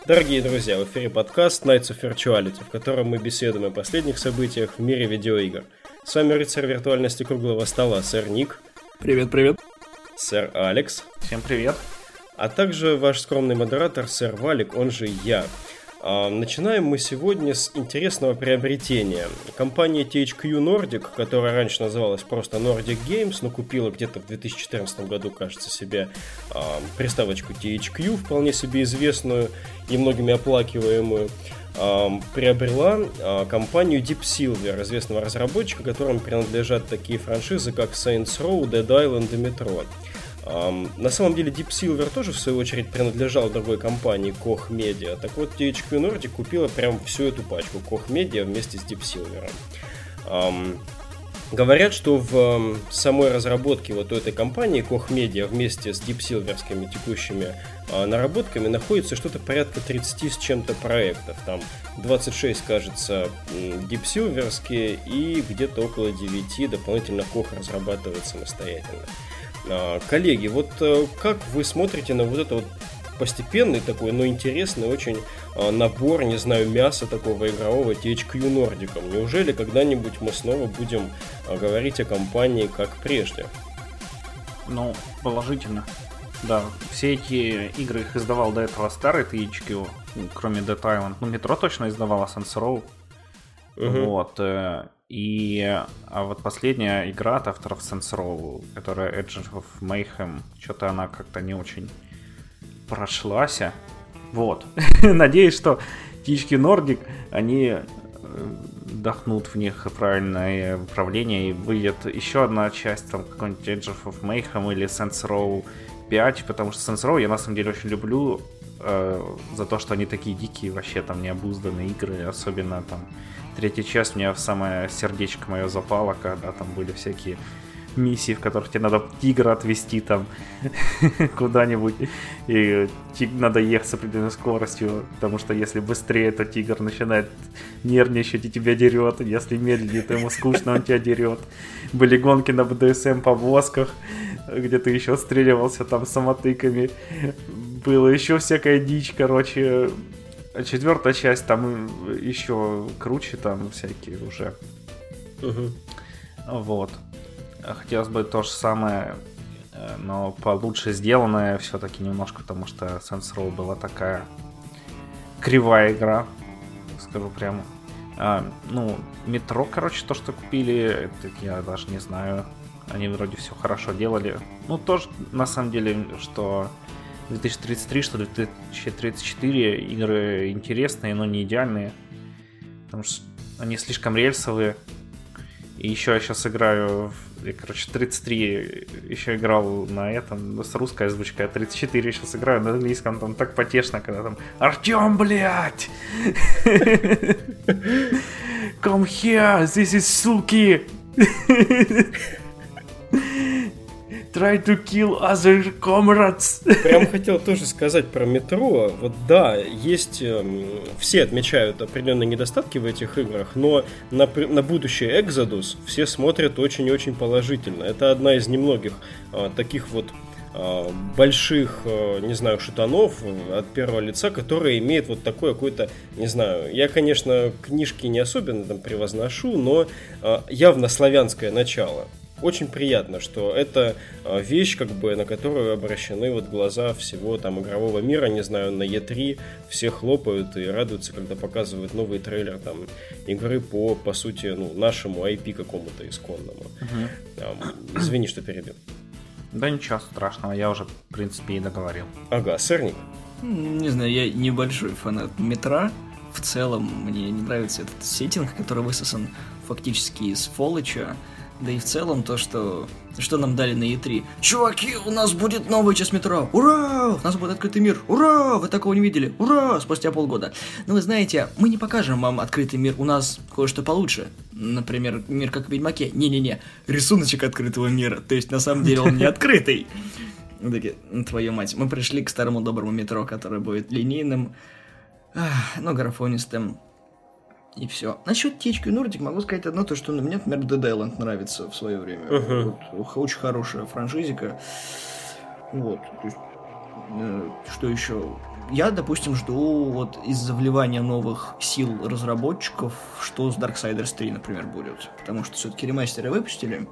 Дорогие друзья, в эфире подкаст Nights of Virtuality, в котором мы беседуем о последних событиях в мире видеоигр. С вами рыцарь виртуальности круглого стола, сэр Ник. Привет. Сэр Алекс. Всем привет. А также ваш скромный модератор, сэр Валик, он же я. Начинаем мы сегодня с интересного приобретения. Компания THQ Nordic, которая раньше называлась просто Nordic Games, но купила где-то в 2014 году, кажется, себе приставочку THQ, вполне себе известную и многими оплакиваемую, приобрела компанию Deep Silver, известного разработчика, которым принадлежат такие франшизы, как Saints Row, Dead Island и Metro. На самом деле Deep Silver тоже в свою очередь принадлежал другой компании Koch Media. Так вот, THQ Nordic купила прям всю эту пачку Koch Media вместе с Deep Silver. Говорят, что в самой разработке вот у этой компании Koch Media вместе с Deep Silver'скими текущими наработками находится что-то порядка 30 с чем-то проектов. Там 26, кажется, Deep Silver'ские и где-то около 9 дополнительно Koch разрабатывает самостоятельно. Коллеги, вот как вы смотрите на вот это вот постепенный такой, но интересный очень набор, не знаю, мяса такого игрового THQ Nordic? Неужели когда-нибудь мы снова будем говорить о компании как прежде? Ну, положительно. Да, все эти игры их издавал до этого старый THQ, кроме Dead Island. Ну, Metro точно издавала, Saints Row. Вот. А вот последняя игра от авторов Saints Row, которая Edge of Mayhem, что-то она как-то не очень прошлась. Вот. Надеюсь, что THQ Nordic, они вдохнут в них правильное управление и выйдет еще одна часть, там какой-нибудь Edge of Mayhem или Saints Row 5, потому что Saints Row я на самом деле очень люблю за то, что они такие дикие, вообще там необузданные игры, особенно там третья часть мне в самое сердечко мое запало, когда там были всякие миссии, в которых тебе надо тигра отвезти там куда-нибудь, и надо ехать с определенной скоростью, потому что если быстрее, то тигр начинает нервничать и тебя дерет, если медленнее, то ему скучно, он тебя дерет. Были гонки на BDSM повозках, где ты еще отстреливался там самотыками, было еще всякая дичь, короче. Четвертая часть там еще круче, там всякие уже. Вот. Хотелось бы то же самое, но получше сделанное все-таки немножко, потому что Saints Row была такая кривая игра, скажу прямо. Метро, короче, то, что купили, это я даже не знаю. Они вроде все хорошо делали. Ну, тоже, на самом деле, что 2033, что 2034 игры интересные, но не идеальные. Потому что они слишком рельсовые. И еще я сейчас играю... Я, 33 еще играл на этом, с русской озвучкой, а 34 сейчас играю на английском, там так потешно, когда там «Артем, блядь! Come here, this is суки! Try to kill other comrades». Прям хотел тоже сказать про Метро. Вот да, есть... Все отмечают определенные недостатки в этих играх, но на будущий Exodus все смотрят очень-очень положительно. Это одна из немногих таких вот больших, не знаю, шутанов от первого лица, которая имеет вот такое какое-то, не знаю, я, конечно, книжки не особенно там превозношу, но явно славянское начало. Очень приятно, что это вещь, как бы, на которую обращены вот глаза всего там игрового мира, не знаю, на E3 все хлопают и радуются, когда показывают новый трейлер там игры по сути, нашему IP какому-то исконному. Извини, что перебил. Да ничего страшного, я уже, в принципе, и договорил. Ага, сырник. Не знаю, я небольшой фанат Метро. В целом, мне не нравится этот сеттинг, который высосан фактически из Фоллича. Да и в целом то, что нам дали на E3. Чуваки, у нас будет новая часть Метро. Ура! У нас будет открытый мир. Ура! Вы такого не видели. Ура! Спустя полгода. Но вы знаете, мы не покажем вам открытый мир. У нас кое-что получше. Например, мир как в Ведьмаке. Не-не-не. Рисуночек открытого мира. То есть, на самом деле, он не открытый. Такие, твою мать. Мы пришли к старому доброму Метро, которое будет линейным, но графонистым. И все. Насчет THQ Nordic могу сказать одно, то что мне, например, Dead Island нравится в свое время. Вот, очень хорошая франшизика. Вот. То есть, Что еще? Я, допустим, жду вот из-за вливания новых сил разработчиков, что с Darksiders 3, например, будет. Потому что все-таки ремастеры выпустили.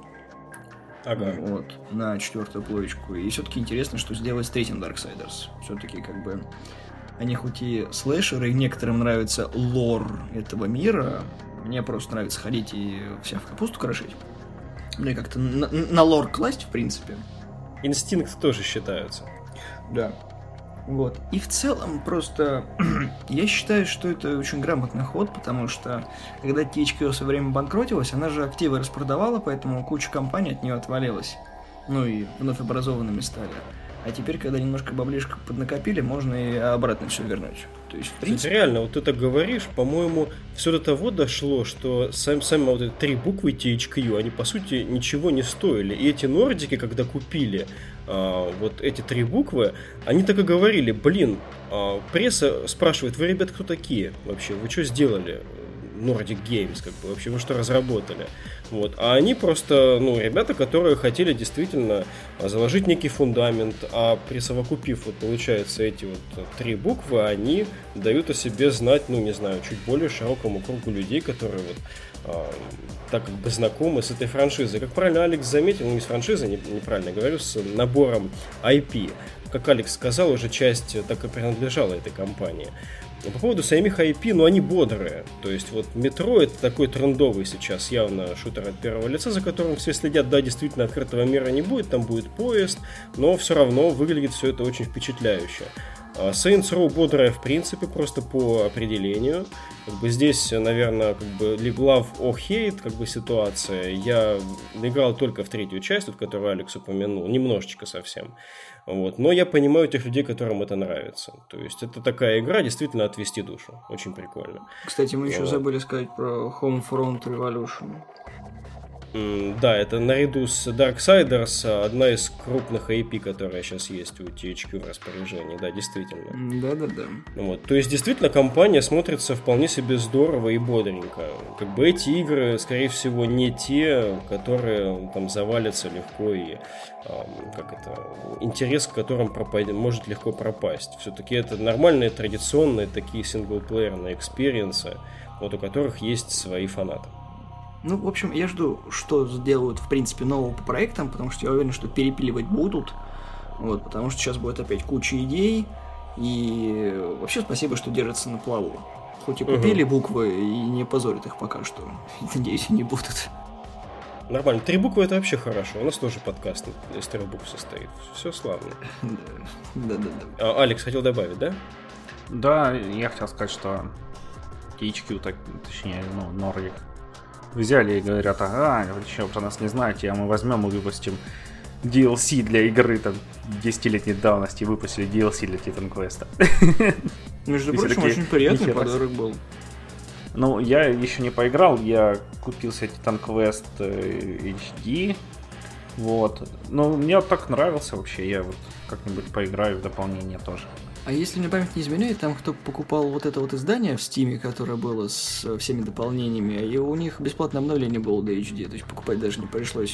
Ага. Вот, на 4-ю плоечку. И все-таки интересно, что сделать с третьим Darksiders. Все-таки как бы они хоть и слэшеры, и некоторым нравится лор этого мира. Мне просто нравится ходить и всех в капусту крошить. Мне как-то на лор класть, в принципе. Инстинкты тоже считаются. Да. Вот. И в целом просто я считаю, что это очень грамотный ход, потому что когда THQ со временем банкротилась, она же активы распродавала, поэтому куча компаний от нее отвалилась. Ну и вновь образованными стали. А теперь, когда немножко баблишка поднакопили, можно и обратно все вернуть. То есть, в принципе... Кстати, реально, вот ты так говоришь, по-моему, все до того дошло, что сами вот эти 3 буквы THQ, они, по сути, ничего не стоили. И эти нордики, когда купили вот эти 3 буквы, они так и говорили, пресса спрашивает, вы, ребят, кто такие вообще? Вы что сделали? Nordic Games, как бы, вообще вы что разработали? Вот. А они просто, ребята, которые хотели действительно заложить некий фундамент, а присовокупив, вот, получается, эти вот 3 буквы, они дают о себе знать, чуть более широкому кругу людей, которые вот так как бы знакомы с этой франшизой. Как правильно Алекс заметил, не с франшизой, неправильно говорю, с набором IP. Как Алекс сказал, уже часть так и принадлежала этой компании. По поводу самих IP, они бодрые. То есть вот Metro — это такой трендовый сейчас явно шутер от первого лица, за которым все следят. Да, действительно, открытого мира не будет, там будет поезд, но все равно выглядит все это очень впечатляюще. Saints Row бодрая в принципе, просто по определению. Как бы здесь, наверное, как бы love or hate как бы ситуация. Я играл только в 3-ю часть, вот, которую Алекс упомянул, немножечко совсем. Вот. Но я понимаю тех людей, которым это нравится. То есть это такая игра, действительно отвести душу. Очень прикольно. Кстати, мы еще забыли сказать про Homefront Revolution. Да, это наряду с Darksiders одна из крупных IP, которая сейчас есть у THQ в распоряжении. Да, действительно. Да. Вот. То есть, действительно, компания смотрится вполне себе здорово и бодренько. Как бы эти игры, скорее всего, не те, которые там завалятся легко и интерес к которым может легко пропасть. Все-таки это нормальные, традиционные такие синглплеерные экспириенсы, вот у которых есть свои фанаты. В общем, я жду, что сделают, в принципе, нового по проектам, потому что я уверен, что перепиливать будут, вот, потому что сейчас будет опять куча идей, и вообще спасибо, что держатся на плаву. Хоть и купили буквы, и не позорят их пока что. Надеюсь, не будут. Нормально. 3 буквы — это вообще хорошо. У нас тоже подкаст из 3 букв состоит. Все славно. Да. Алекс хотел добавить, да? Да, я хотел сказать, что THQ, точнее, Nordic, взяли и говорят, вы еще про нас не знаете, а мы возьмем и выпустим DLC для игры там 10-летней давности, выпустили DLC для Titan Quest. Между прочим, очень приятный подарок был. Я еще не поиграл, я купил себе Titan Quest HD, вот. Мне так нравился вообще, я вот как-нибудь поиграю в дополнение тоже. А если мне память не изменяет, там кто покупал вот это вот издание в Steam, которое было с всеми дополнениями, и у них бесплатное обновление было до HD, то есть покупать даже не пришлось.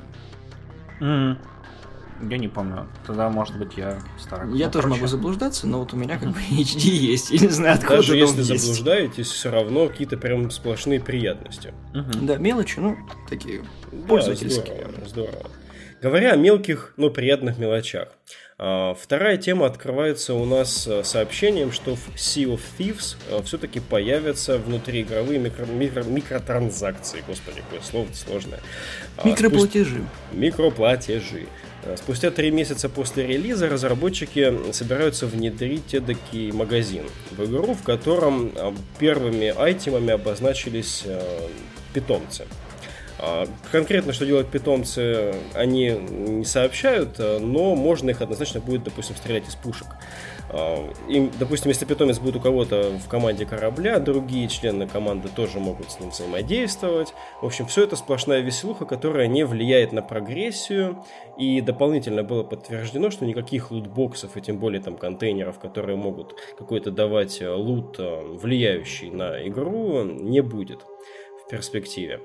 Я не помню. Тогда, может быть, я старый. Я тоже могу заблуждаться, но вот у меня как бы HD есть, и не знаю, откуда даже если есть. Заблуждаетесь, все равно какие-то прям сплошные приятности. Да, мелочи, такие пользовательские. Здорово. Говоря о мелких, но приятных мелочах. Вторая тема открывается у нас сообщением, что в Sea of Thieves все-таки появятся внутриигровые микротранзакции. Господи, какое слово сложное. Микроплатежи. Микроплатежи. Спустя 3 месяца после релиза разработчики собираются внедрить эдакий магазин в игру, в котором первыми айтемами обозначились питомцы. Конкретно, что делают питомцы, они не сообщают, но можно их однозначно будет, допустим, стрелять из пушек. И, допустим, если питомец будет у кого-то в команде корабля, другие члены команды тоже могут с ним взаимодействовать. В общем, все это сплошная веселуха, которая не влияет на прогрессию. И дополнительно было подтверждено, что никаких лутбоксов, и тем более там контейнеров, которые могут какой-то давать лут, влияющий на игру, не будет в перспективе.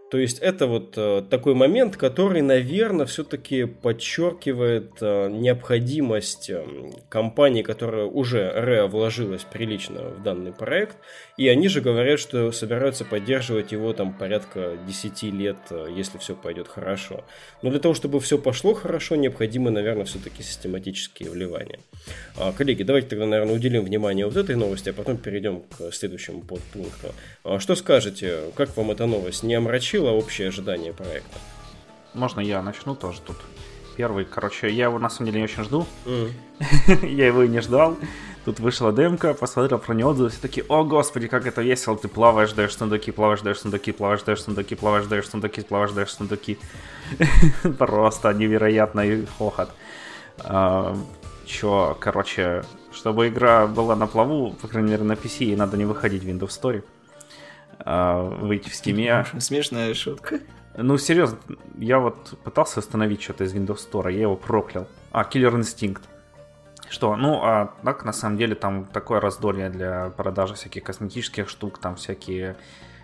То есть это вот такой момент, который, наверное, все-таки подчеркивает необходимость компании, которая уже вложилась прилично в данный проект, и они же говорят, что собираются поддерживать его там порядка 10 лет, если все пойдет хорошо. Но для того, чтобы все пошло хорошо, необходимы, наверное, все-таки систематические вливания. Коллеги, давайте тогда, наверное, уделим внимание вот этой новости, а потом перейдем к следующему подпункту. Что скажете, как вам эта новость? Не омрачила общее ожидание проекта? Можно я начну тоже тут? Первый, короче, я его на самом деле не очень жду. Я его и не ждал. Тут вышла демка, посмотрел про нее отзывы, все такие: о господи, как это весело, ты плаваешь, даешь сундуки, плаваешь, даешь сундуки, плаваешь, даешь сундуки, плаваешь, даешь сундуки, плаваешь, даешь сундуки. Просто невероятный хохот. Короче, чтобы игра была на плаву, по крайней мере на PC, ей надо не выходить в Windows Store, выйти в Steam. Смешная шутка. Ну, серьезно, я вот пытался установить что-то из Windows Store, я его проклял. Killer Instinct. Что? Ну, а так, на самом деле, там такое раздолье для продажи всяких косметических штук, там всякие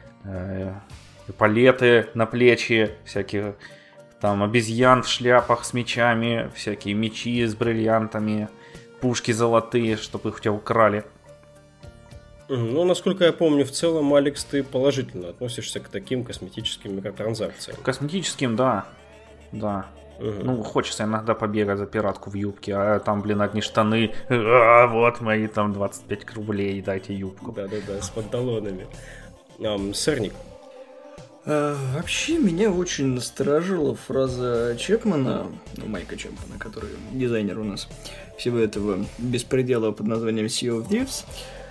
палеты на плечи, всякие там обезьян в шляпах с мечами, всякие мечи с бриллиантами, пушки золотые, чтобы их у тебя украли. Ну, насколько я помню, в целом, Алекс, ты положительно относишься к таким косметическим микротранзакциям. Косметическим, да. Да. Ну, хочется иногда побегать за пиратку в юбке, а там, блин, одни штаны. Вот мои там 25 рублей, дайте юбку. Да-да-да, с панталонами. Сырник. Вообще, меня очень насторожила фраза Чепмана, Майка Чепмана, который дизайнер у нас всего этого беспредела под названием Sea of Thieves.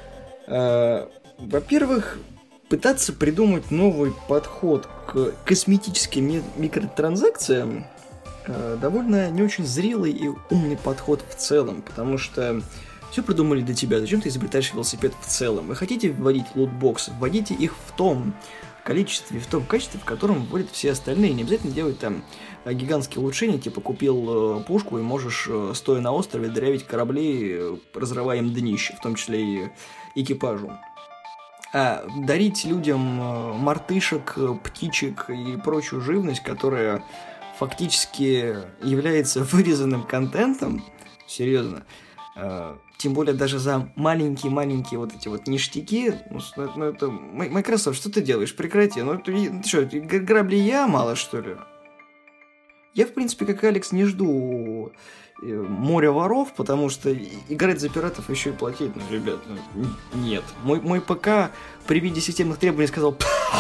Во-первых, пытаться придумать новый подход к косметическим микротранзакциям довольно не очень зрелый и умный подход в целом, потому что все придумали для тебя. Зачем ты изобретаешь велосипед в целом? Вы хотите вводить лутбоксы, вводите их в том количестве, в том качестве, в котором вводят все остальные. Не обязательно делать там гигантские улучшения, типа купил пушку и можешь, стоя на острове, дырявить корабли, разрывая им днище, в том числе и экипажу. А дарить людям мартышек, птичек и прочую живность, которая фактически является вырезанным контентом, серьезно, тем более даже за маленькие вот эти вот ништяки, ну это... Microsoft, что ты делаешь? Прекрати. Ну ты что, грабли я мало, что ли? Я, в принципе, как Алекс, не жду моря воров, потому что играть за пиратов еще и платить, ну, ребят, нет. Мой ПК при виде системных требований сказал: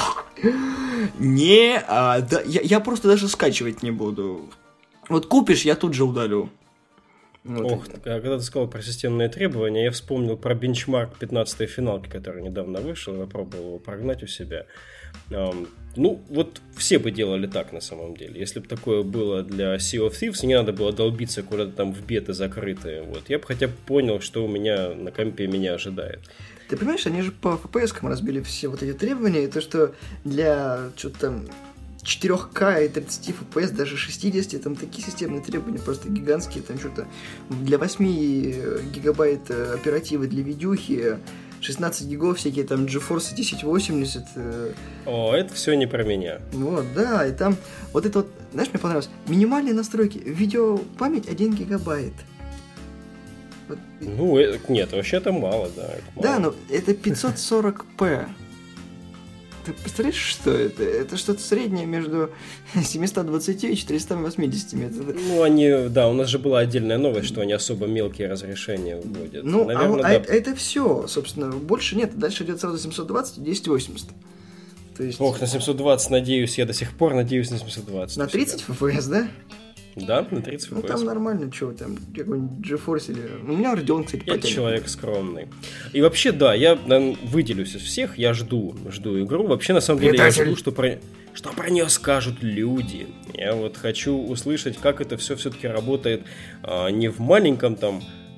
да, я просто даже скачивать не буду. Вот купишь, я тут же удалю. Вот. Когда ты сказал про системные требования, я вспомнил про бенчмарк 15-й финалки, который недавно вышел, я пробовал его прогнать у себя. Ну, вот все бы делали так на самом деле. Если бы такое было для Sea of Thieves, не надо было долбиться куда-то там в беты закрытые. Вот. Я бы хотя бы понял, что у меня на компе меня ожидает. Ты понимаешь, они же по FPS-кам разбили все вот эти требования, и то, что для что-то там 4К и 30 FPS, даже 60, там такие системные требования просто гигантские, там что-то для 8 гигабайт оперативы для видюхи, 16 гигов всякие там GeForce 1080. О, это все не про меня. Вот, да, и там вот это вот, знаешь, мне понравилось, минимальные настройки, видеопамять 1 гигабайт. Вот. Ну, нет, вообще это мало, да. Это мало. Да, но это 540p. Ты представляешь, что это? Это что-то среднее между 720 и 480 метров. Ну, они, да, у нас же была отдельная новость, что они особо мелкие разрешения вводят. Ну, наверное, да. Это все, собственно, больше нет. Дальше идет сразу 720 и 1080. То есть... Ох, на 720 надеюсь, я до сих пор надеюсь на 720. На 30 FPS, да? Да, на 30 FPS. Ну, там нормально, что там, какой-нибудь GeForce или... У меня Radeon, кстати, потянет. Я человек скромный. И вообще, да, я выделюсь из всех, я жду игру. Вообще, на самом деле, я жду, что про нее скажут люди. Я вот хочу услышать, как это все-таки работает не в маленьком там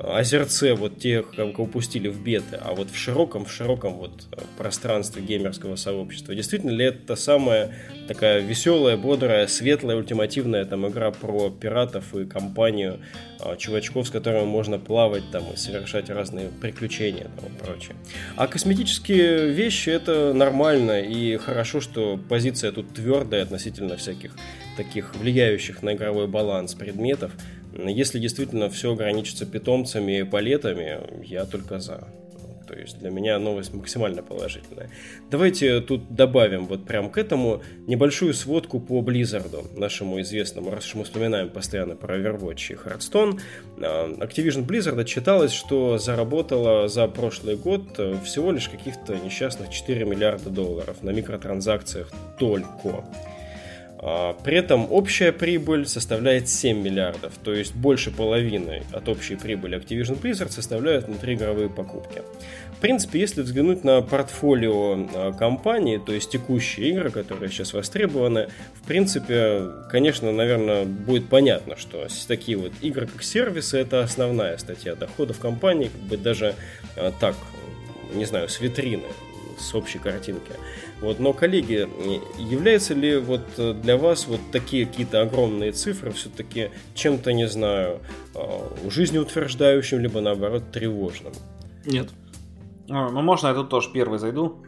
озерце вот тех, кого пустили в беты, а вот в широком вот пространстве геймерского сообщества. Действительно ли это самая такая веселая, бодрая, светлая, ультимативная там игра про пиратов и компанию чувачков, с которыми можно плавать там и совершать разные приключения там, и прочее. А косметические вещи — это нормально и хорошо, что позиция тут твердая относительно всяких таких влияющих на игровой баланс предметов. Если действительно все ограничится питомцами и палетами, я только за. То есть для меня новость максимально положительная. Давайте тут добавим вот прям к этому небольшую сводку по Blizzard, нашему известному, раз уж мы вспоминаем постоянно про Overwatch и Hearthstone. Activision Blizzard отчиталась, что заработала за прошлый год всего лишь каких-то несчастных $4 миллиарда на микротранзакциях только. При этом общая прибыль составляет 7 миллиардов, то есть больше половины от общей прибыли Activision Blizzard составляют внутриигровые покупки. В принципе, если взглянуть на портфолио компании, то есть текущие игры, которые сейчас востребованы, в принципе, конечно, наверное, будет понятно, что такие вот игры как сервисы — это основная статья доходов компании, как бы даже так, не знаю, с витрины, с общей картинки. Вот, но, коллеги, являются ли вот для вас вот такие какие-то огромные цифры все-таки чем-то, не знаю, жизнеутверждающим, либо наоборот тревожным? Нет. Ну, можно я тут тоже первый зайду.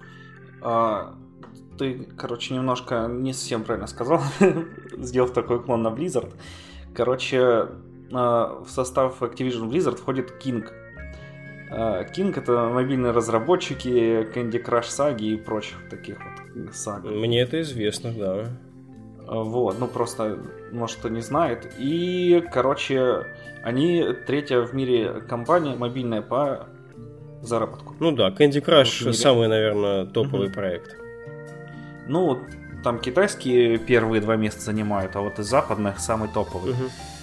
Ты, короче, немножко не совсем правильно сказал, сделав такой клон на Blizzard. Короче, в состав Activision Blizzard входит King. King — это мобильные разработчики Candy Crush саги и прочих таких вот саг. Мне это известно, да. Вот, ну просто, может, кто не знает. И, короче, они третья в мире компания мобильная по заработку. Ну да, Candy Crush самый, наверное, топовый проект. Ну, там китайские первые 2 места занимают, а вот из западных самый топовый.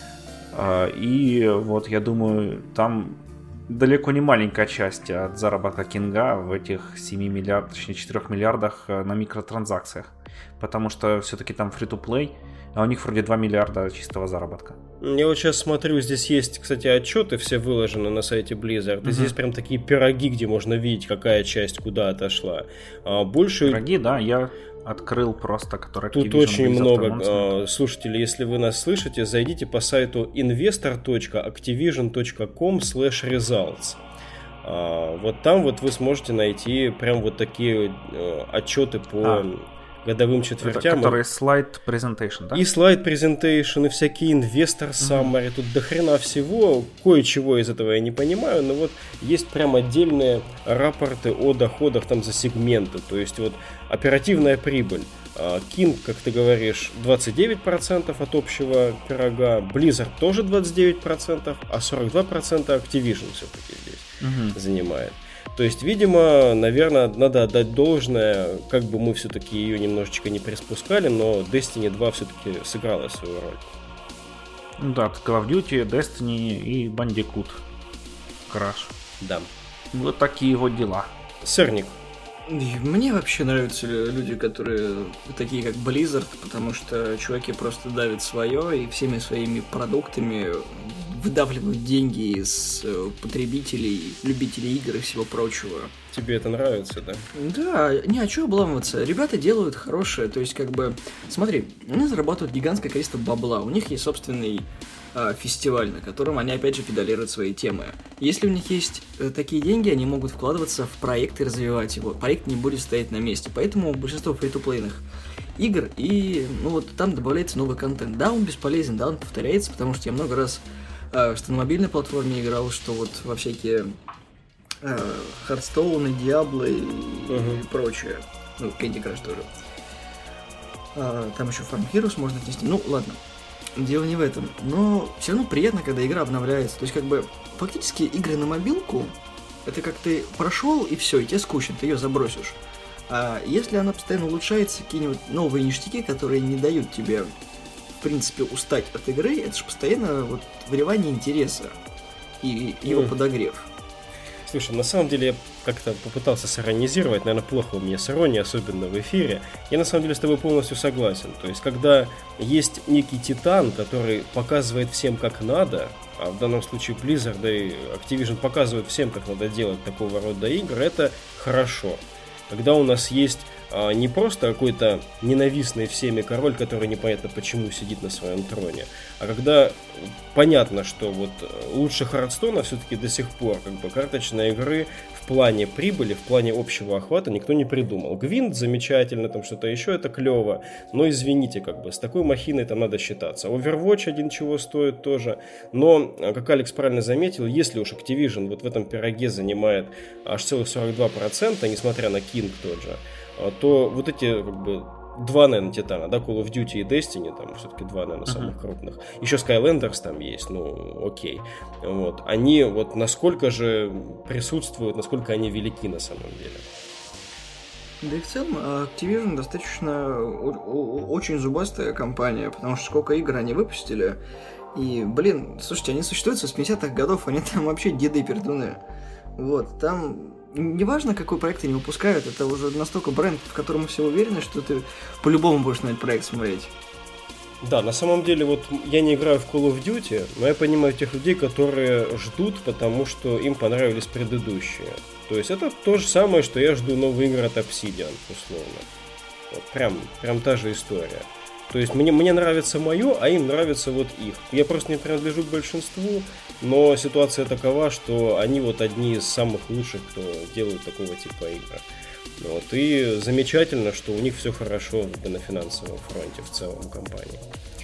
И вот, я думаю, там далеко не маленькая часть от заработка Кинга в этих 7 миллиардах, точнее 4 миллиардах на микротранзакциях. Потому что все-таки там free-to-play, а у них вроде 2 миллиарда чистого заработка. Я вот сейчас смотрю, здесь есть, кстати, отчеты все выложены на сайте Blizzard. И здесь прям такие пироги, где можно видеть, какая часть куда отошла. Больше... Пироги, да, я открыл просто, которые тут очень много слушателей. Если вы нас слышите, зайдите по сайту investor.activision.com/results. Вот там вот вы сможете найти прям вот такие отчеты по годовым четвертям. Это которые slide presentation, да? И slide presentation, и всякие investor summary. Тут до хрена всего. Кое-чего из этого я не понимаю, но вот есть прям отдельные рапорты о доходах там за сегменты. То есть вот оперативная прибыль. King, как ты говоришь, 29% от общего пирога. Blizzard тоже 29%, а 42% Activision все-таки здесь занимает. То есть, видимо, наверное, надо отдать должное, как бы мы все-таки ее немножечко не приспускали, но Destiny 2 все-таки сыграла свою роль. Да, Call of Duty, Destiny и Bandicoot Crash. Да. Вот такие вот дела. Сырник. Мне вообще нравятся люди, которые такие как Blizzard, потому что чуваки просто давят свое и всеми своими продуктами выдавливают деньги из потребителей, любителей игр и всего прочего. Тебе это нравится, да? Да, не, а чего обламываться? Ребята делают хорошее, то есть как бы... Смотри, они зарабатывают гигантское количество бабла, у них есть собственный фестиваль, на котором они опять же педалируют свои темы. Если у них есть такие деньги, они могут вкладываться в проект и развивать его. Проект не будет стоять на месте, поэтому большинство фри-то-плейных игр, и ну вот там добавляется новый контент. Да, он бесполезен, да, он повторяется, потому что я много раз что на мобильной платформе играл, что вот во всякие Hearthstone, Diablo и прочее. Ну, Candy Crush тоже. Там еще Farm Heroes можно отнести. Ну, ладно. Дело не в этом. Но все равно приятно, когда игра обновляется. То есть, как бы, фактически игры на мобилку, это как ты прошел и все, и тебе скучно, ты ее забросишь. А если она постоянно улучшается, какие-нибудь новые ништяки, которые не дают тебе, в принципе, устать от игры, это же постоянно вот вливание интереса и его подогрев. Слушай, на самом деле я как-то попытался сиронизировать, наверное, плохо у меня с иронией, особенно в эфире. Я на самом деле с тобой полностью согласен. То есть, когда есть некий титан, который показывает всем, как надо, а в данном случае Blizzard и Activision показывают всем, как надо делать такого рода игры, это хорошо. Когда у нас есть не просто какой-то ненавистный всеми король, который непонятно почему сидит на своем троне, а когда понятно, что вот лучше Хардстона все-таки до сих пор как бы карточной игры в плане прибыли, в плане общего охвата никто не придумал. Гвинт замечательно, там что-то еще, это клево, но извините, как бы с такой махиной там надо считаться. Overwatch один чего стоит тоже, но, как Алекс правильно заметил, если уж Activision вот в этом пироге занимает аж целых 42%, несмотря на King тот же, то вот эти как бы два, наверное, титана, да, Call of Duty и Destiny, там все-таки два, наверное, самых крупных. Еще Skylanders там есть, ну, окей. Вот. Они вот насколько же присутствуют, насколько они велики на самом деле. Да и в целом Activision достаточно очень зубастая компания, потому что сколько игр они выпустили. И, блин, слушайте, они существуют с 80-х годов, они там вообще деды-пердуны. Вот, там... Неважно, какой проект они выпускают, это уже настолько бренд, в котором все уверены, что ты по-любому будешь на этот проект смотреть. Да, на самом деле, вот я не играю в Call of Duty, но я понимаю тех людей, которые ждут, потому что им понравились предыдущие. То есть это то же самое, что я жду новые игры от Obsidian, условно. Вот, прям та же история. То есть мне нравится мое, а им нравится вот их. Я просто не принадлежу к большинству, но ситуация такова, что они вот одни из самых лучших, кто делают такого типа игры. Вот. И замечательно, что у них все хорошо на финансовом фронте в целом компании.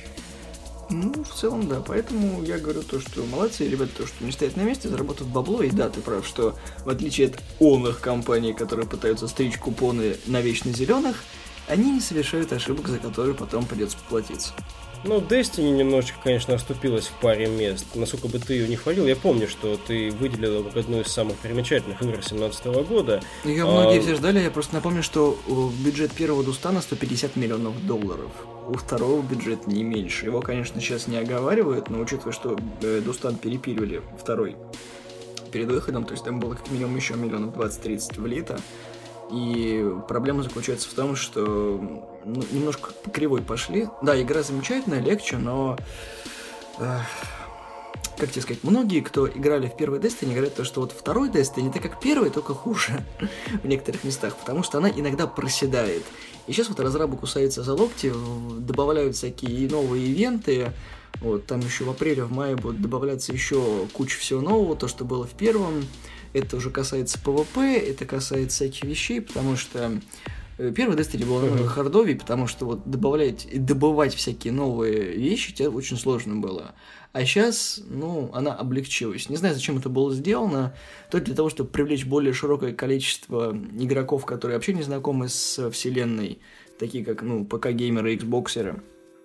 Ну, в целом, да. Поэтому я говорю то, что молодцы ребята, то, что не стоят на месте, заработают бабло. И да, ты прав, что в отличие от онных компаний, которые пытаются стричь купоны на вечно зеленых, они не совершают ошибок, за которые потом придется поплатиться. Ну, Destiny немножечко, конечно, оступилась в паре мест. Насколько бы ты ее не хвалил, я помню, что ты выделила как одну из самых примечательных игр 2017 года. Ее многие все ждали, я просто напомню, что бюджет первого Дустана $150 миллионов. У второго бюджет не меньше. Его, конечно, сейчас не оговаривают, но учитывая, что Дустан перепиливали второй перед выходом, то есть там было как минимум еще 20-30 влито. И проблема заключается в том, что немножко по кривой пошли. Да, игра замечательная, легче, но... как тебе сказать, многие, кто играли в первый Destiny, говорят, что вот второй Destiny это как первый, только хуже в некоторых местах, потому что она иногда проседает. И сейчас вот разрабы кусаются за локти, добавляют всякие новые ивенты. Вот, там еще в апреле, в мае будут добавляться еще куча всего нового, то, что было в первом. Это уже касается PvP, это касается всяких вещей, потому что первый Destiny был намного хардовей, потому что вот добавлять и добывать всякие новые вещи тебе очень сложно было. А сейчас, она облегчилась. Не знаю, зачем это было сделано. То ли для того, чтобы привлечь более широкое количество игроков, которые вообще не знакомы с вселенной, такие как, ПК-геймеры и Xboxеры.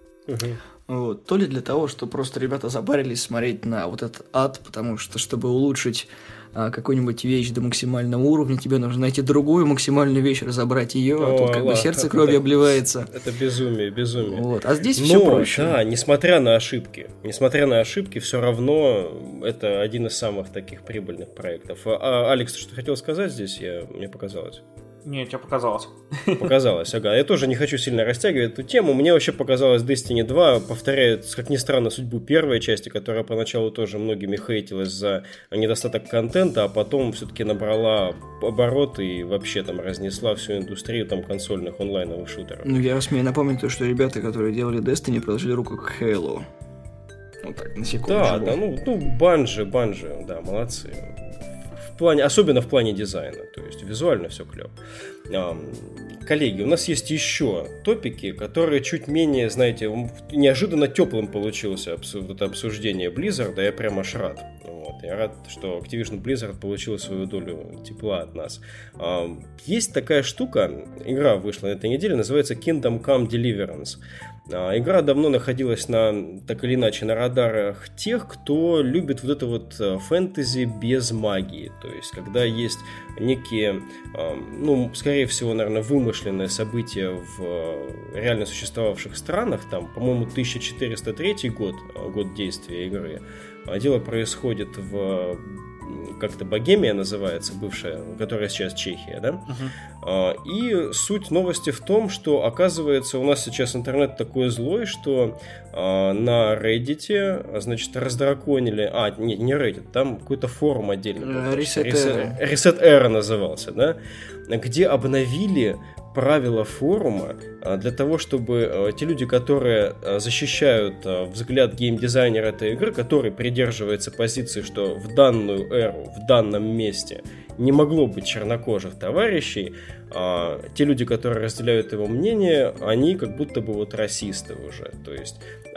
Вот. То ли для того, что просто ребята забарились смотреть на вот этот ад, потому что, чтобы улучшить какую-нибудь вещь до максимального уровня, тебе нужно найти другую максимальную вещь, разобрать ее, а тут как бы сердце кровью обливается. Это безумие. Вот. А здесь все проще. Да, несмотря на ошибки, все равно это один из самых таких прибыльных проектов. Алекс, ты что хотел сказать здесь? Мне показалось. Нет, тебе показалось. Показалось, ага. Я тоже не хочу сильно растягивать эту тему. Мне вообще показалось, Destiny 2 повторяет, как ни странно, судьбу первой части, которая поначалу тоже многими хейтилась за недостаток контента, а потом все-таки набрала обороты и вообще там разнесла всю индустрию там консольных онлайновых шутеров. Я смею напомнить то, что ребята, которые делали Destiny, приложили руку к Halo. Вот так, на секундочку. Да, Bungie, да, молодцы. Особенно в плане дизайна, то есть визуально все клево. Коллеги, у нас есть еще топики, которые чуть менее, знаете, неожиданно теплым получилось это обсуждение Blizzard, я прям аж рад. Вот. Я рад, что Activision Blizzard получила свою долю тепла от нас. Есть такая штука, игра вышла на этой неделе, называется Kingdom Come Deliverance. Игра давно находилась так или иначе на радарах тех, кто любит вот это вот фэнтези без магии. То есть, когда есть некие, скорее всего, наверное, вымышленные события в реально существовавших странах. Там, по-моему, 1403 год действия игры. Дело происходит как-то Богемия называется, бывшая, которая сейчас Чехия, да? И суть новости в том, что, оказывается, у нас сейчас интернет такой злой, что на Reddit, значит, раздраконили... не Reddit, там какой-то форум отдельный. Reset Era назывался, да? Где обновили правила форума для того, чтобы те люди, которые защищают взгляд геймдизайнера этой игры, который придерживается позиции, что в данную эру, в данном месте не могло быть чернокожих товарищей, те люди, которые разделяют его мнение, они как будто бы вот расисты уже. То есть...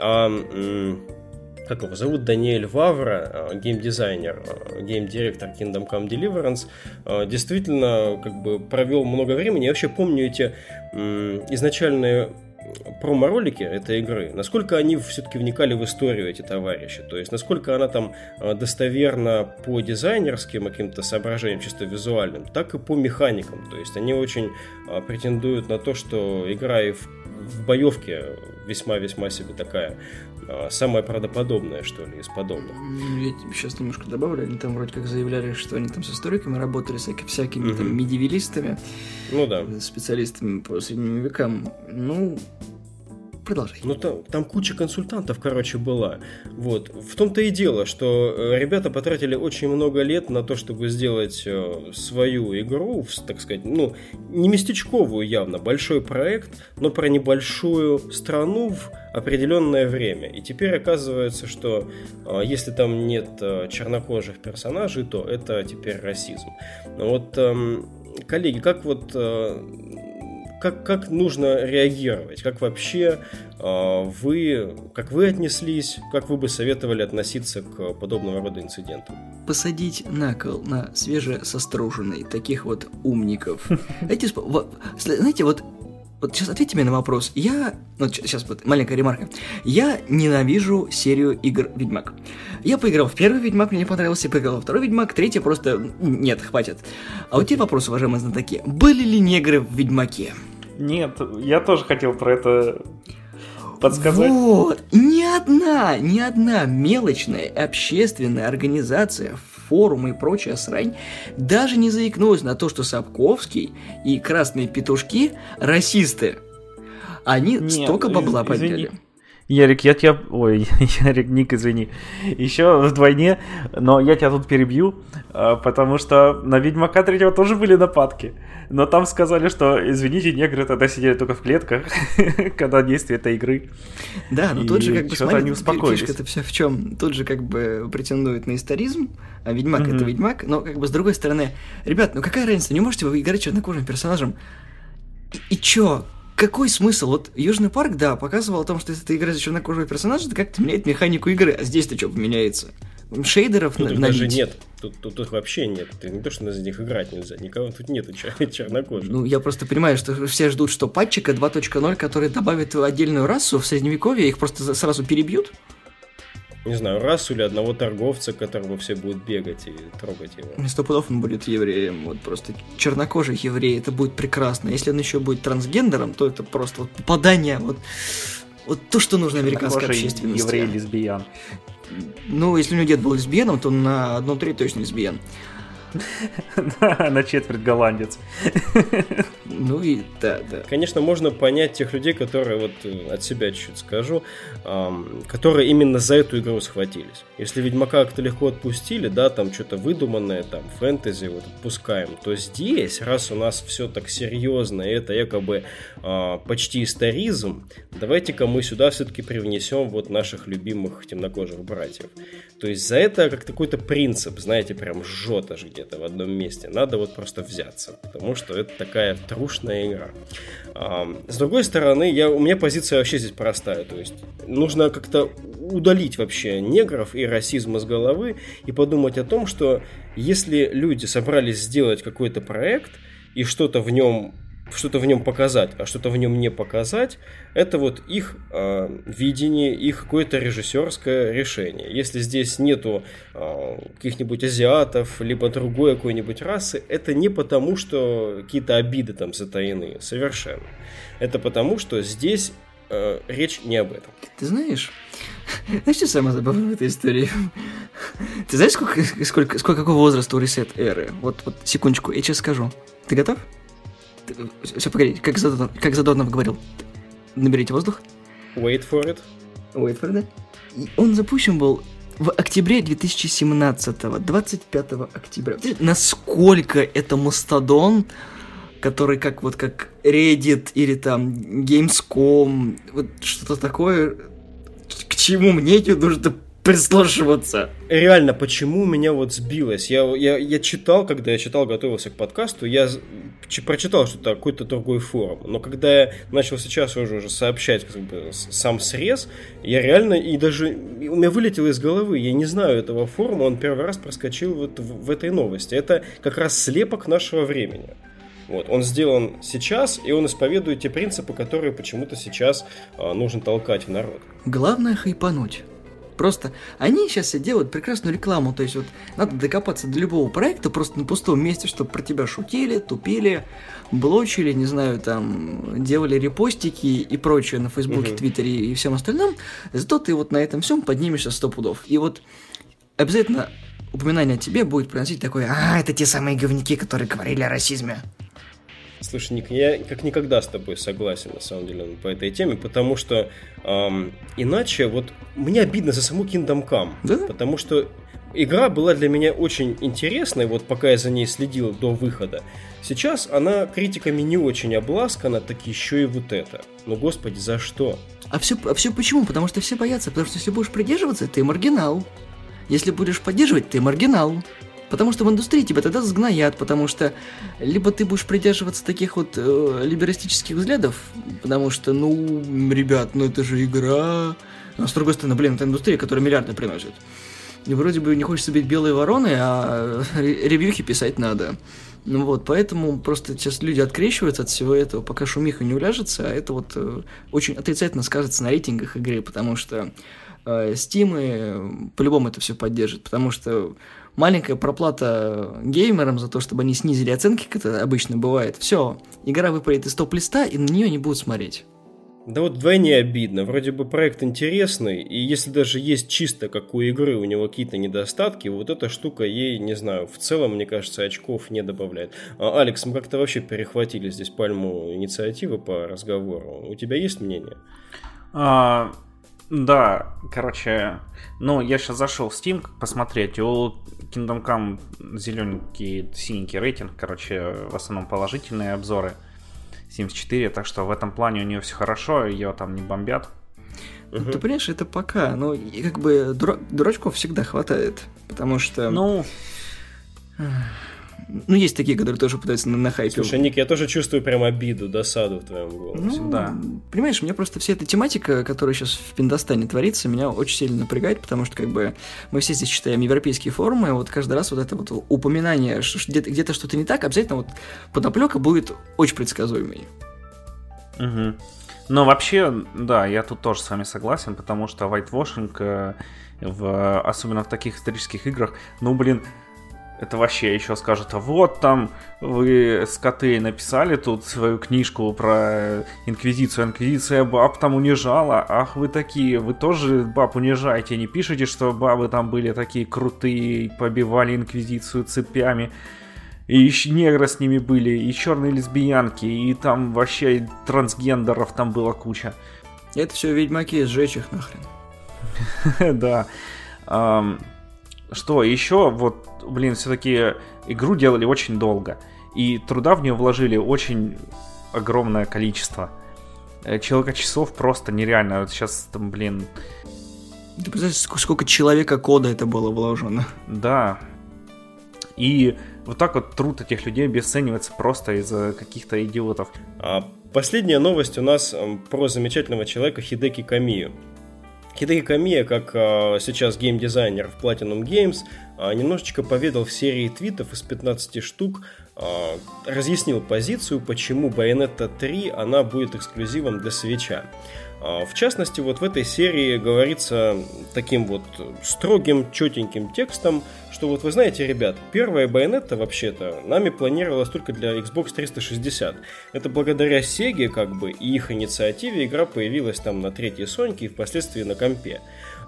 как его зовут, Даниэль Вавра, геймдизайнер, геймдиректор Kingdom Come Deliverance, действительно как бы провел много времени. Я вообще помню эти изначальные промо-ролики этой игры, насколько они все-таки вникали в историю, эти товарищи, то есть насколько она там достоверна по дизайнерским каким-то соображениям, чисто визуальным, так и по механикам, то есть они очень претендуют на то, что игра и в боевке весьма-весьма себе такая самая правдоподобная, что ли, из подобных. Я сейчас немножко добавлю, они там вроде как заявляли, что они там с историками работали, всякими там медиевалистами, специалистами по средним векам. Продолжай. Там куча консультантов, короче, была. Вот. В том-то и дело, что ребята потратили очень много лет на то, чтобы сделать свою игру, так сказать, не местечковую явно, большой проект, но про небольшую страну в определенное время. И теперь оказывается, что если там нет чернокожих персонажей, то это теперь расизм. Коллеги, как нужно реагировать? Как вообще вы отнеслись? Как вы бы советовали относиться к подобного рода инцидентам? Посадить на кол на свежесоструженный таких вот умников. Знаете, вот сейчас ответьте мне на вопрос. Сейчас маленькая ремарка. Я ненавижу серию игр Ведьмак. Я поиграл в первый Ведьмак, мне не понравился, поиграл во второй Ведьмак, третий просто... Нет, хватит. А вот те вопросы, уважаемые знатоки. Были ли негры в Ведьмаке? Нет, я тоже хотел про это подсказать. Вот, ни одна мелочная общественная организация, форум и прочая срань даже не заикнулась на то, что Сапковский и Красные Петушки расисты. Они столько бабла подняли. Ярик, Ник, извини. Еще вдвойне, но я тебя тут перебью, потому что на Ведьмака 3 тоже были нападки. Но там сказали, что, извините, негры тогда сидели только в клетках, когда действие этой игры. Да, но тут же как бы смотри, фишка-то вся в чем? Тут же как бы претендует на историзм, а Ведьмак это Ведьмак, но как бы с другой стороны, ребят, какая разница, не можете вы играть чернокожим персонажем? И чё? Какой смысл? Вот Южный парк, да, показывал о том, что если ты играешь за чернокожего персонажа, это как-то меняет механику игры, а здесь-то что поменяется? Шейдеров тут даже нет, тут вообще нет. Это не то, что за них играть нельзя, никого тут нету чернокожих. Я просто понимаю, что все ждут, что патчика 2.0, который добавит отдельную расу в средневековье, их просто сразу перебьют. Не знаю, расу или одного торговца, к которому все будут бегать и трогать его. 100 пудов он будет евреем, вот просто чернокожий еврей, это будет прекрасно. Если он еще будет трансгендером, то это просто вот попадание, вот то, что нужно американской общественности. Еврей-лесбиян. Если у него дед был лесбияном, то на 1/3 точно лесбиян. На четверть голландец. Да. Конечно, можно понять тех людей, которые, вот от себя чуть-чуть скажу, которые именно за эту игру схватились. Если Ведьмака как-то легко отпустили, да, там что-то выдуманное, там, фэнтези, вот отпускаем, то здесь, раз у нас все так серьезно, и это якобы почти историзм, давайте-ка мы сюда все-таки привнесем вот наших любимых темнокожих братьев. То есть за это как какой-то принцип, знаете, прям жжет аж где-то в одном месте. Надо вот просто взяться, потому что это такая трушная игра. С другой стороны, у меня позиция вообще здесь простая. То есть нужно как-то удалить вообще негров и расизм из головы и подумать о том, что если люди собрались сделать какой-то проект и что-то в нем показать, а что-то в нем не показать, это вот их видение, их какое-то режиссерское решение. Если здесь нету каких-нибудь азиатов, либо другой какой-нибудь расы, это не потому, что какие-то обиды там затаены, совершенно. Это потому, что здесь речь не об этом. Ты знаешь, что самое забавное в этой истории? Ты знаешь, сколько какого возраста у Reset Эры? Вот секундочку, я сейчас скажу. Ты готов? Все, погоди, как Задорнов говорил. Наберите воздух. Wait for it. Wait for it. И он запущен был в октябре 2017-го, 25 октября. Насколько это мастодон, который как Reddit или там Gamescom, вот что-то такое, к чему мнению нужно прислушиваться. Реально, почему меня вот сбилось? Я читал, когда я готовился к подкасту, я прочитал, что это какой-то другой форум. Но когда я начал сейчас уже сообщать сам срез, я реально, и даже у меня вылетело из головы, я не знаю этого форума, он первый раз проскочил вот в этой новости. Это как раз слепок нашего времени. Вот, он сделан сейчас, и он исповедует те принципы, которые почему-то сейчас нужно толкать в народ. Главное хайпануть. Просто они сейчас все делают прекрасную рекламу, то есть вот надо докопаться до любого проекта просто на пустом месте, чтобы про тебя шутили, тупили, блочили, не знаю, там, делали репостики и прочее на Фейсбуке, Твиттере и всем остальном, зато ты вот на этом всем поднимешься 100 пудов. И вот обязательно упоминание о тебе будет приносить такое: это те самые говнюки, которые говорили о расизме. Слушай, Ник, я как никогда с тобой согласен, на самом деле, по этой теме, потому что иначе вот мне обидно за саму Kingdom Come, да? Потому что игра была для меня очень интересной, вот пока я за ней следил до выхода. Сейчас она критиками не очень обласкана, так еще и вот это. Ну, господи, за что? А все почему? Потому что все боятся, потому что если будешь придерживаться, ты маргинал. Если будешь поддерживать, ты маргинал. Потому что в индустрии тебя тогда сгноят, потому что либо ты будешь придерживаться таких вот либерастических взглядов, потому что, ребят, это же игра. А с другой стороны, это индустрия, которая миллиарды приносит. И вроде бы не хочется быть белой вороной, а ревьюхи писать надо. Поэтому просто сейчас люди открещиваются от всего этого, пока шумиха не уляжется, а это вот очень отрицательно скажется на рейтингах игры, потому что Steam по-любому это все поддержит, потому что маленькая проплата геймерам за то, чтобы они снизили оценки, как это обычно бывает, все, игра выпадет из топ-листа, и на нее не будут смотреть. Да вот вдвойне обидно. Вроде бы проект интересный, и если даже есть чисто как у игры у него какие-то недостатки, вот эта штука ей, не знаю, в целом, мне кажется, очков не добавляет. Алекс, мы как-то вообще перехватили здесь пальму инициативы по разговору. У тебя есть мнение? Да, короче, я сейчас зашел в Steam посмотреть, у Kingdom Come зелененький, синенький рейтинг, в основном положительные обзоры, 74, так что в этом плане у нее все хорошо, ее там не бомбят. Ты понимаешь, это пока, дурачков всегда хватает, потому что... есть такие, которые тоже пытаются на хайпе. Слушай, Ник, я тоже чувствую прям обиду, досаду в твоем голосе. Да. Понимаешь, мне просто вся эта тематика, которая сейчас в Пиндостане творится, меня очень сильно напрягает, потому что мы все здесь читаем европейские форумы, вот каждый раз вот это вот упоминание, что где-то что-то не так, обязательно вот подоплека будет очень предсказуемой. Угу. Но вообще, да, я тут тоже с вами согласен, потому что whitewashing, особенно в таких исторических играх, это вообще еще скажут: вот там вы, скоты, написали тут свою книжку про инквизицию, инквизиция баб там унижала, ах вы такие, вы тоже баб унижаете, не пишете, что бабы там были такие крутые, побивали инквизицию цепями, и еще негры с ними были, и черные лесбиянки, и там вообще трансгендеров там была куча. Это все ведьмаки, сжечь их нахрен. Да. Что еще, все-таки игру делали очень долго, и труда в нее вложили очень огромное количество. Человека-часов просто нереально. Вот сейчас там, Ты представляешь, сколько человека кода это было вложено? Да. И вот так вот труд этих людей обесценивается просто из-за каких-то идиотов. Последняя новость у нас про замечательного человека Хидеки Камию. Хидеки Камия, как сейчас геймдизайнер в Platinum Games, немножечко поведал в серии твитов из 15 штук, разъяснил позицию, почему Bayonetta 3 она будет эксклюзивом для Switch'а. В частности, вот в этой серии говорится таким вот строгим, четеньким текстом, что вот вы знаете, ребят, первая Bayonetta вообще-то нами планировалась только для Xbox 360. Это благодаря Sega, как бы, и их инициативе игра появилась там на третьей Соньке и впоследствии на компе.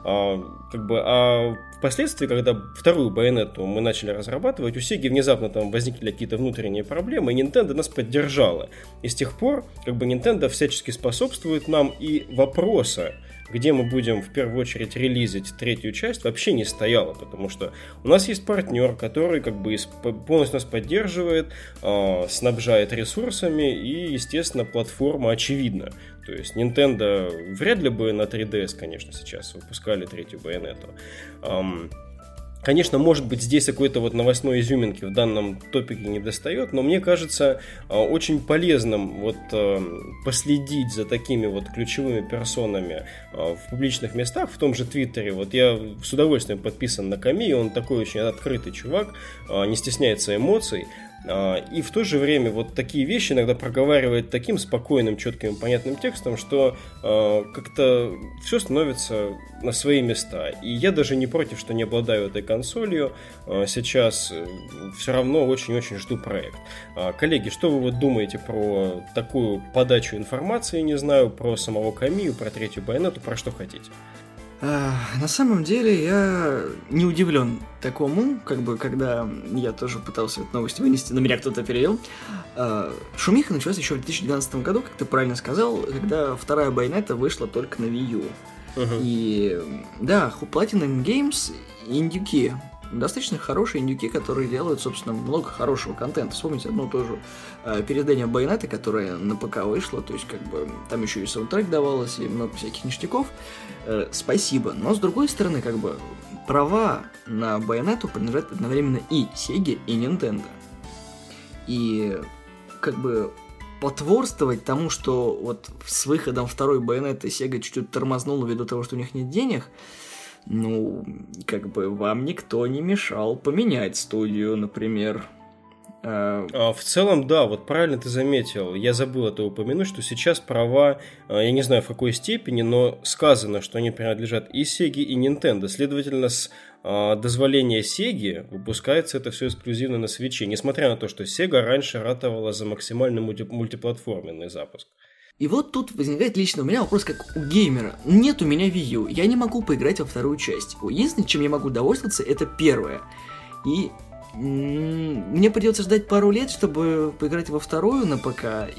А впоследствии, когда вторую Байонетту мы начали разрабатывать, у Sega внезапно там возникли какие-то внутренние проблемы, и Nintendo нас поддержала. И с тех пор, как бы, Nintendo всячески способствует нам, и вопроса, где мы будем в первую очередь релизить третью часть, вообще не стояло, потому что у нас есть партнер, который как бы полностью нас поддерживает, снабжает ресурсами, и, естественно, платформа очевидна. То есть Nintendo вряд ли бы на 3DS, конечно, сейчас выпускали третью Байонетту. Конечно, может быть, здесь какой-то вот новостной изюминки в данном топике не достает, но мне кажется очень полезным вот последить за такими вот ключевыми персонами в публичных местах, в том же Твиттере. Вот я с удовольствием подписан на Ками, он такой очень открытый чувак, не стесняется эмоций. И в то же время вот такие вещи иногда проговаривает таким спокойным, четким, понятным текстом, что как-то все становится на свои места. И я даже не против, что не обладаю этой консолью. Сейчас все равно очень-очень жду проект. Коллеги, что вы вот думаете про такую подачу информации, не знаю, про самого Камию, про третью Байонетту, про что хотите? На самом деле я не удивлен такому, как бы, когда я тоже пытался эту новость вынести, но меня кто-то перевел. Шумиха началась еще в 2012 году, как ты правильно сказал, когда вторая Байонетта вышла только на Wii U. И да, Platinum Games индюки, достаточно хорошие индюки, которые делают, собственно, много хорошего контента. Вспомните одно тоже переиздание Байонетты, которое на ПК вышло, то есть, как бы, там еще и саундтрек давалось, и много всяких ништяков. Спасибо. Но, с другой стороны, как бы, права на Байонетту принадлежат одновременно и Sega, и Nintendo. И, как бы, потворствовать тому, что вот с выходом второй Байонетты Sega чуть-чуть тормознула ввиду того, что у них нет денег, ну, как бы, вам никто не мешал поменять студию, например. В целом, да, вот правильно ты заметил. Я забыл это упомянуть, что сейчас права, я не знаю в какой степени, но сказано, что они принадлежат и Sega, и Nintendo. Следовательно, с дозволения Sega выпускается это все эксклюзивно на Switch, несмотря на то, что Sega раньше ратовала за максимальный мультиплатформенный запуск. И вот тут возникает лично у меня вопрос, как у геймера. Нет у меня Wii U, я не могу поиграть во вторую часть. Единственное, чем я могу довольствоваться, это первое. И мне придется ждать пару лет, чтобы поиграть во вторую на ПК,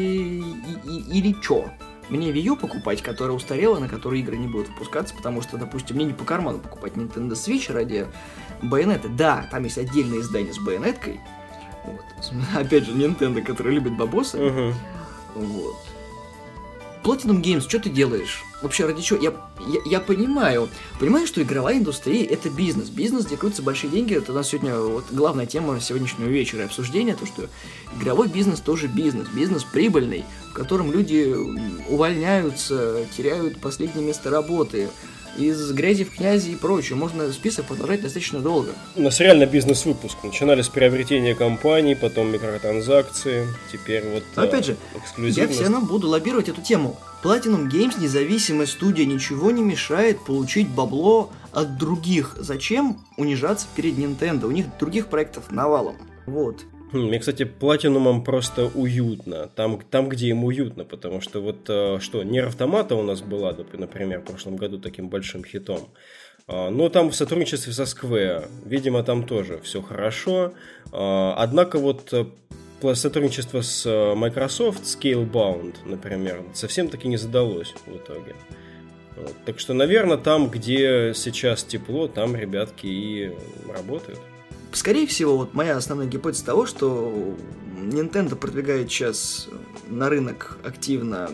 или чё? Мне Wii U покупать, которая устарела, на которой игры не будут выпускаться, потому что, допустим, мне не по карману покупать Nintendo Switch ради Байонетты. Да, там есть отдельное издание с Байонеткой. Вот. Опять же, Nintendo, который любит бабосы. Вот. Platinum Games, что ты делаешь? Вообще, ради чего? Я понимаю, что игровая индустрия — это бизнес. Бизнес, где крутятся большие деньги. Это у нас сегодня вот главная тема сегодняшнего вечера и обсуждения, то, что игровой бизнес тоже бизнес. Бизнес прибыльный, в котором люди увольняются, теряют последнее место работы, из грязи в князи и прочее. Можно список продолжать достаточно долго. У нас реально бизнес-выпуск. Начинали с приобретения компаний, потом микротранзакции, теперь вот опять же, я все равно буду лоббировать эту тему. Platinum Games, независимая студия, ничего не мешает получить бабло от других. Зачем унижаться перед Nintendo? У них других проектов навалом. Вот. Мне, кстати, Платинумам просто уютно. Там, где им уютно, потому что вот что, Нир Автомата у нас была, например, в прошлом году таким большим хитом. Но там в сотрудничестве со Square, видимо, там тоже все хорошо. Однако вот сотрудничество с Microsoft, Scalebound, например, совсем таки не задалось в итоге. Вот. Так что, наверное, там, где сейчас тепло, там ребятки и работают. Скорее всего, вот моя основная гипотеза того, что Nintendo продвигает сейчас на рынок активно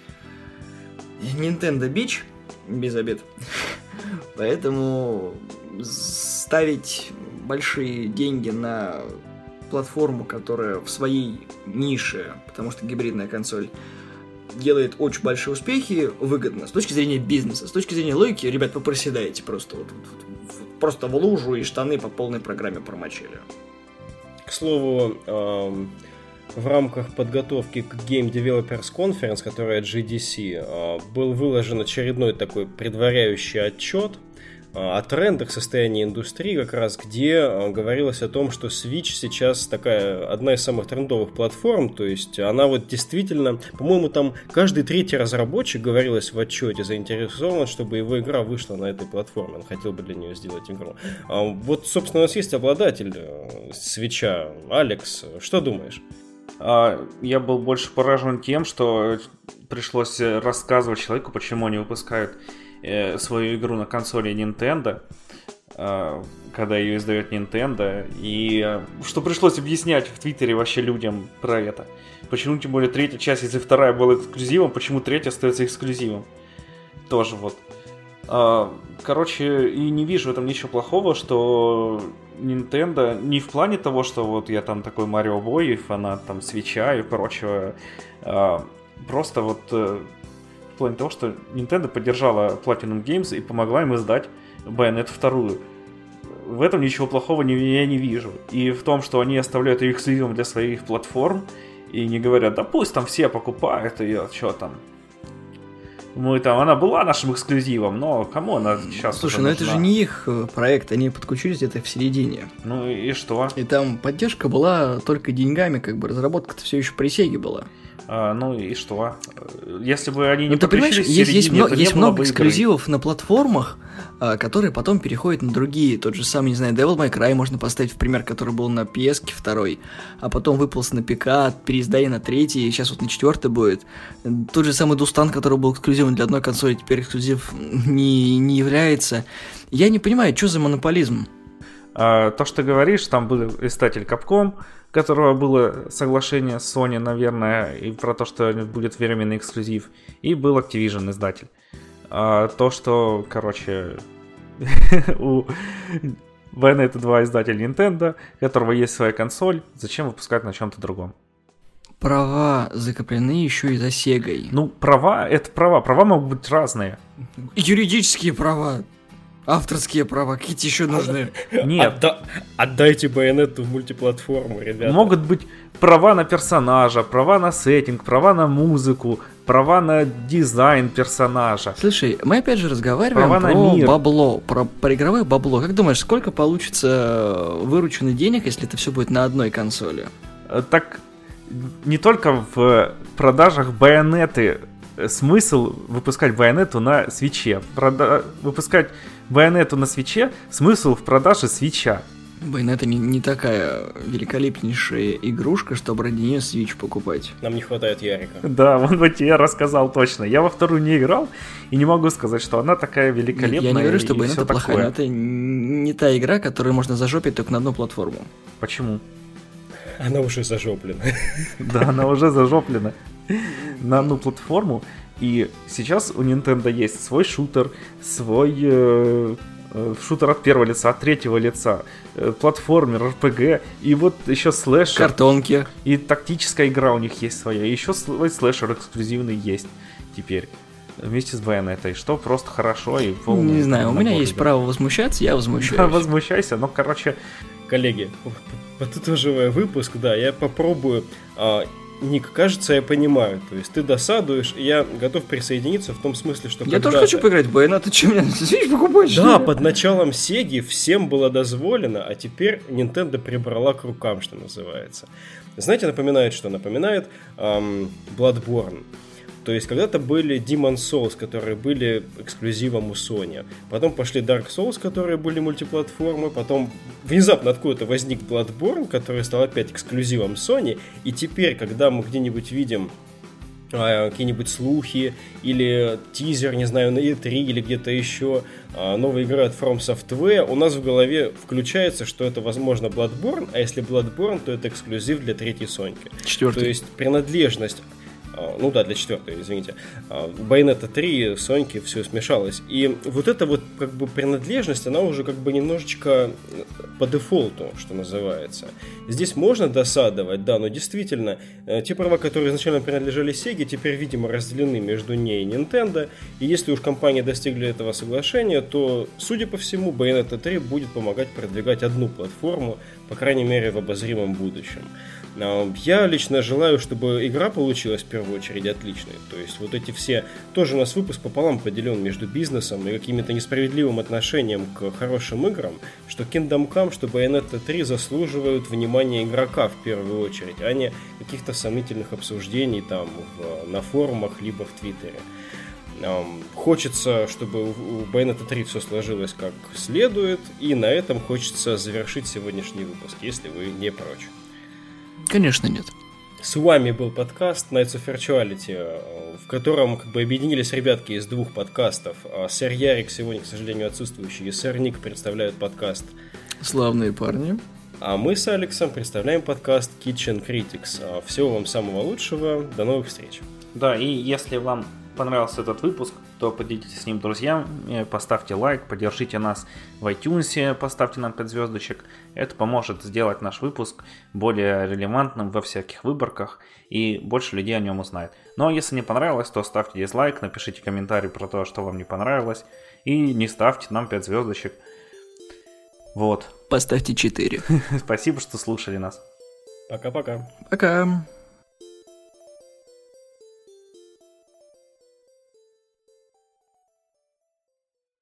Nintendo Beach, без обид. Поэтому ставить большие деньги на платформу, которая в своей нише, потому что гибридная консоль, делает очень большие успехи, выгодно. С точки зрения бизнеса, с точки зрения логики, ребят, вы проседаете просто просто в лужу и штаны по полной программе промочили. К слову, в рамках подготовки к Game Developers Conference, которая GDC, был выложен очередной такой предваряющий отчет о трендах состояния индустрии, как раз где говорилось о том, что Switch сейчас такая одна из самых трендовых платформ, то есть она вот действительно, по-моему, там каждый третий разработчик, говорилось в отчете, заинтересован, чтобы его игра вышла на этой платформе, он хотел бы для нее сделать игру. Вот, собственно, у нас есть обладатель Switch'а, Алекс, что думаешь? Я был больше поражен тем, что пришлось рассказывать человеку, почему они выпускают свою игру на консоли Nintendo, когда ее издает Nintendo, и что пришлось объяснять в Твиттере вообще людям про это. Почему, тем более, третья часть, если вторая была эксклюзивом, почему третья остается эксклюзивом? Тоже вот. Короче, и не вижу в этом ничего плохого, что Nintendo не в плане того, что вот я там такой Марио Бой, фанат там Свитча и прочего, просто вот в плане того, что Nintendo поддержала Platinum Games и помогла им издать Bayonetta 2. В этом ничего плохого я не вижу. И в том, что они оставляют ее эксклюзивом для своих платформ и не говорят, да пусть там все покупают ее, что там. Мы там, она была нашим эксклюзивом, но кому она сейчас? Слушай, ну это же не их проект, они подключились где-то в середине. Ну и что? И там поддержка была только деньгами, как бы разработка-то все еще при Сеге была. Ну и что? Если бы они не подключились в середине, есть много эксклюзивов на платформах, которые потом переходят на другие. Тот же самый, не знаю, Devil May Cry можно поставить в пример, который был на PS-ке 2, а потом выполз на ПК, переиздали на 3, и сейчас вот на 4 будет. Тот же самый Дустан, который был эксклюзивом для одной консоли, теперь эксклюзив не является. Я не понимаю, что за монополизм? То, что ты говоришь, там был издатель Capcom, у которого было соглашение с Sony, наверное, и про то, что будет временный эксклюзив, и был Activision издатель. То, что, короче, у Bayonetta 2 издатель Nintendo, у которого есть своя консоль, зачем выпускать на чем-то другом? Права закреплены еще и за Сегой. Ну, права — это права. Права могут быть разные. Юридические права. Авторские права, какие-то еще нужны? Нет. Отдайте Байонетту в мультиплатформу, ребята. Могут быть права на персонажа, права на сеттинг, права на музыку, права на дизайн персонажа. Слушай, мы опять же разговариваем про бабло, про игровое бабло. Как думаешь, сколько получится вырученных денег, если это все будет на одной консоли? Так не только в продажах Байонетты смысл выпускать Байонетту на Свитче. Выпускать Байонетту на Свитче смысл в продаже Свитча. Байонетта не такая великолепнейшая игрушка, чтобы ради нее Switch покупать. Нам не хватает Ярика. Да, он вот тебе рассказал точно. Я во вторую не играл и не могу сказать, что она такая великолепная. Я не говорю, что Байонетта плохая, но это не та игра, которую можно зажопить только на одну платформу. Почему? Она уже зажоплена. Да, она уже зажоплена на одну платформу. И сейчас у Nintendo есть свой шутер, свой шутер от первого лица, от третьего лица, платформер, RPG, и вот еще слэшер. Картонки. И тактическая игра у них есть своя, и еще свой слэшер эксклюзивный есть теперь. Вместе с Байонеттой, что просто хорошо и полный. Не знаю, у меня есть право возмущаться, я возмущаюсь. Да, возмущайся, но, короче... Коллеги, подытоживая выпуск, да, я попробую... Ник, кажется, я понимаю. То есть ты досадуешь, и я готов присоединиться в том смысле, что я тоже хочу поиграть в Байонетту, чем мне Switch покупать? Да, под началом Сеги всем было дозволено, а теперь Nintendo прибрала к рукам, что называется. Знаете, напоминает что? Напоминает Bloodborne. То есть когда-то были Demon's Souls, которые были эксклюзивом у Sony. Потом пошли Dark Souls, которые были мультиплатформы. Потом внезапно откуда-то возник Bloodborne, который стал опять эксклюзивом Sony. И теперь, когда мы где-нибудь видим какие-нибудь слухи или тизер, не знаю, на E3 или где-то еще новая игра от From Software, у нас в голове включается, что это, возможно, Bloodborne, а если Bloodborne, то это эксклюзив для третьей Соньки. Четвертый. То есть принадлежность... Ну да, для четвертой, извините. Bayonetta 3, Соньки, все смешалось. И вот эта вот как бы принадлежность, она уже как бы немножечко по дефолту, что называется. Здесь можно досадовать, да, но действительно, те права, которые изначально принадлежали Сеге, теперь, видимо, разделены между ней и Nintendo. И если уж компании достигли этого соглашения, то, судя по всему, Bayonetta 3 будет помогать продвигать одну платформу, по крайней мере, в обозримом будущем. Я лично желаю, чтобы игра получилась в первую очередь отличной. То есть вот эти все... Тоже у нас выпуск пополам поделен между бизнесом и каким-то несправедливым отношением к хорошим играм, что Kingdom Come, что Bayonetta 3 заслуживают внимания игрока в первую очередь, а не каких-то сомнительных обсуждений там на форумах либо в Твиттере. Хочется, чтобы у Bayonetta 3 все сложилось как следует, и на этом хочется завершить сегодняшний выпуск, если вы не прочь. Конечно, нет. С вами был подкаст Nights of Virtuality, в котором объединились ребятки из двух подкастов. Сэр Ярик сегодня, к сожалению, отсутствующий, и сэр Ник представляют подкаст «Славные парни». А мы с Алексом представляем подкаст Kitchen Critics. Всего вам самого лучшего, до новых встреч. Да, и если вам понравился этот выпуск, то поделитесь с ним друзьям, поставьте лайк, поддержите нас в iTunes, поставьте нам 5 звездочек. Это поможет сделать наш выпуск более релевантным во всяких выборках, и больше людей о нем узнает. Но если не понравилось, то ставьте дизлайк, напишите комментарий про то, что вам не понравилось, и не ставьте нам 5 звездочек. Вот. Поставьте 4. Спасибо, что слушали нас. Пока-пока. Пока.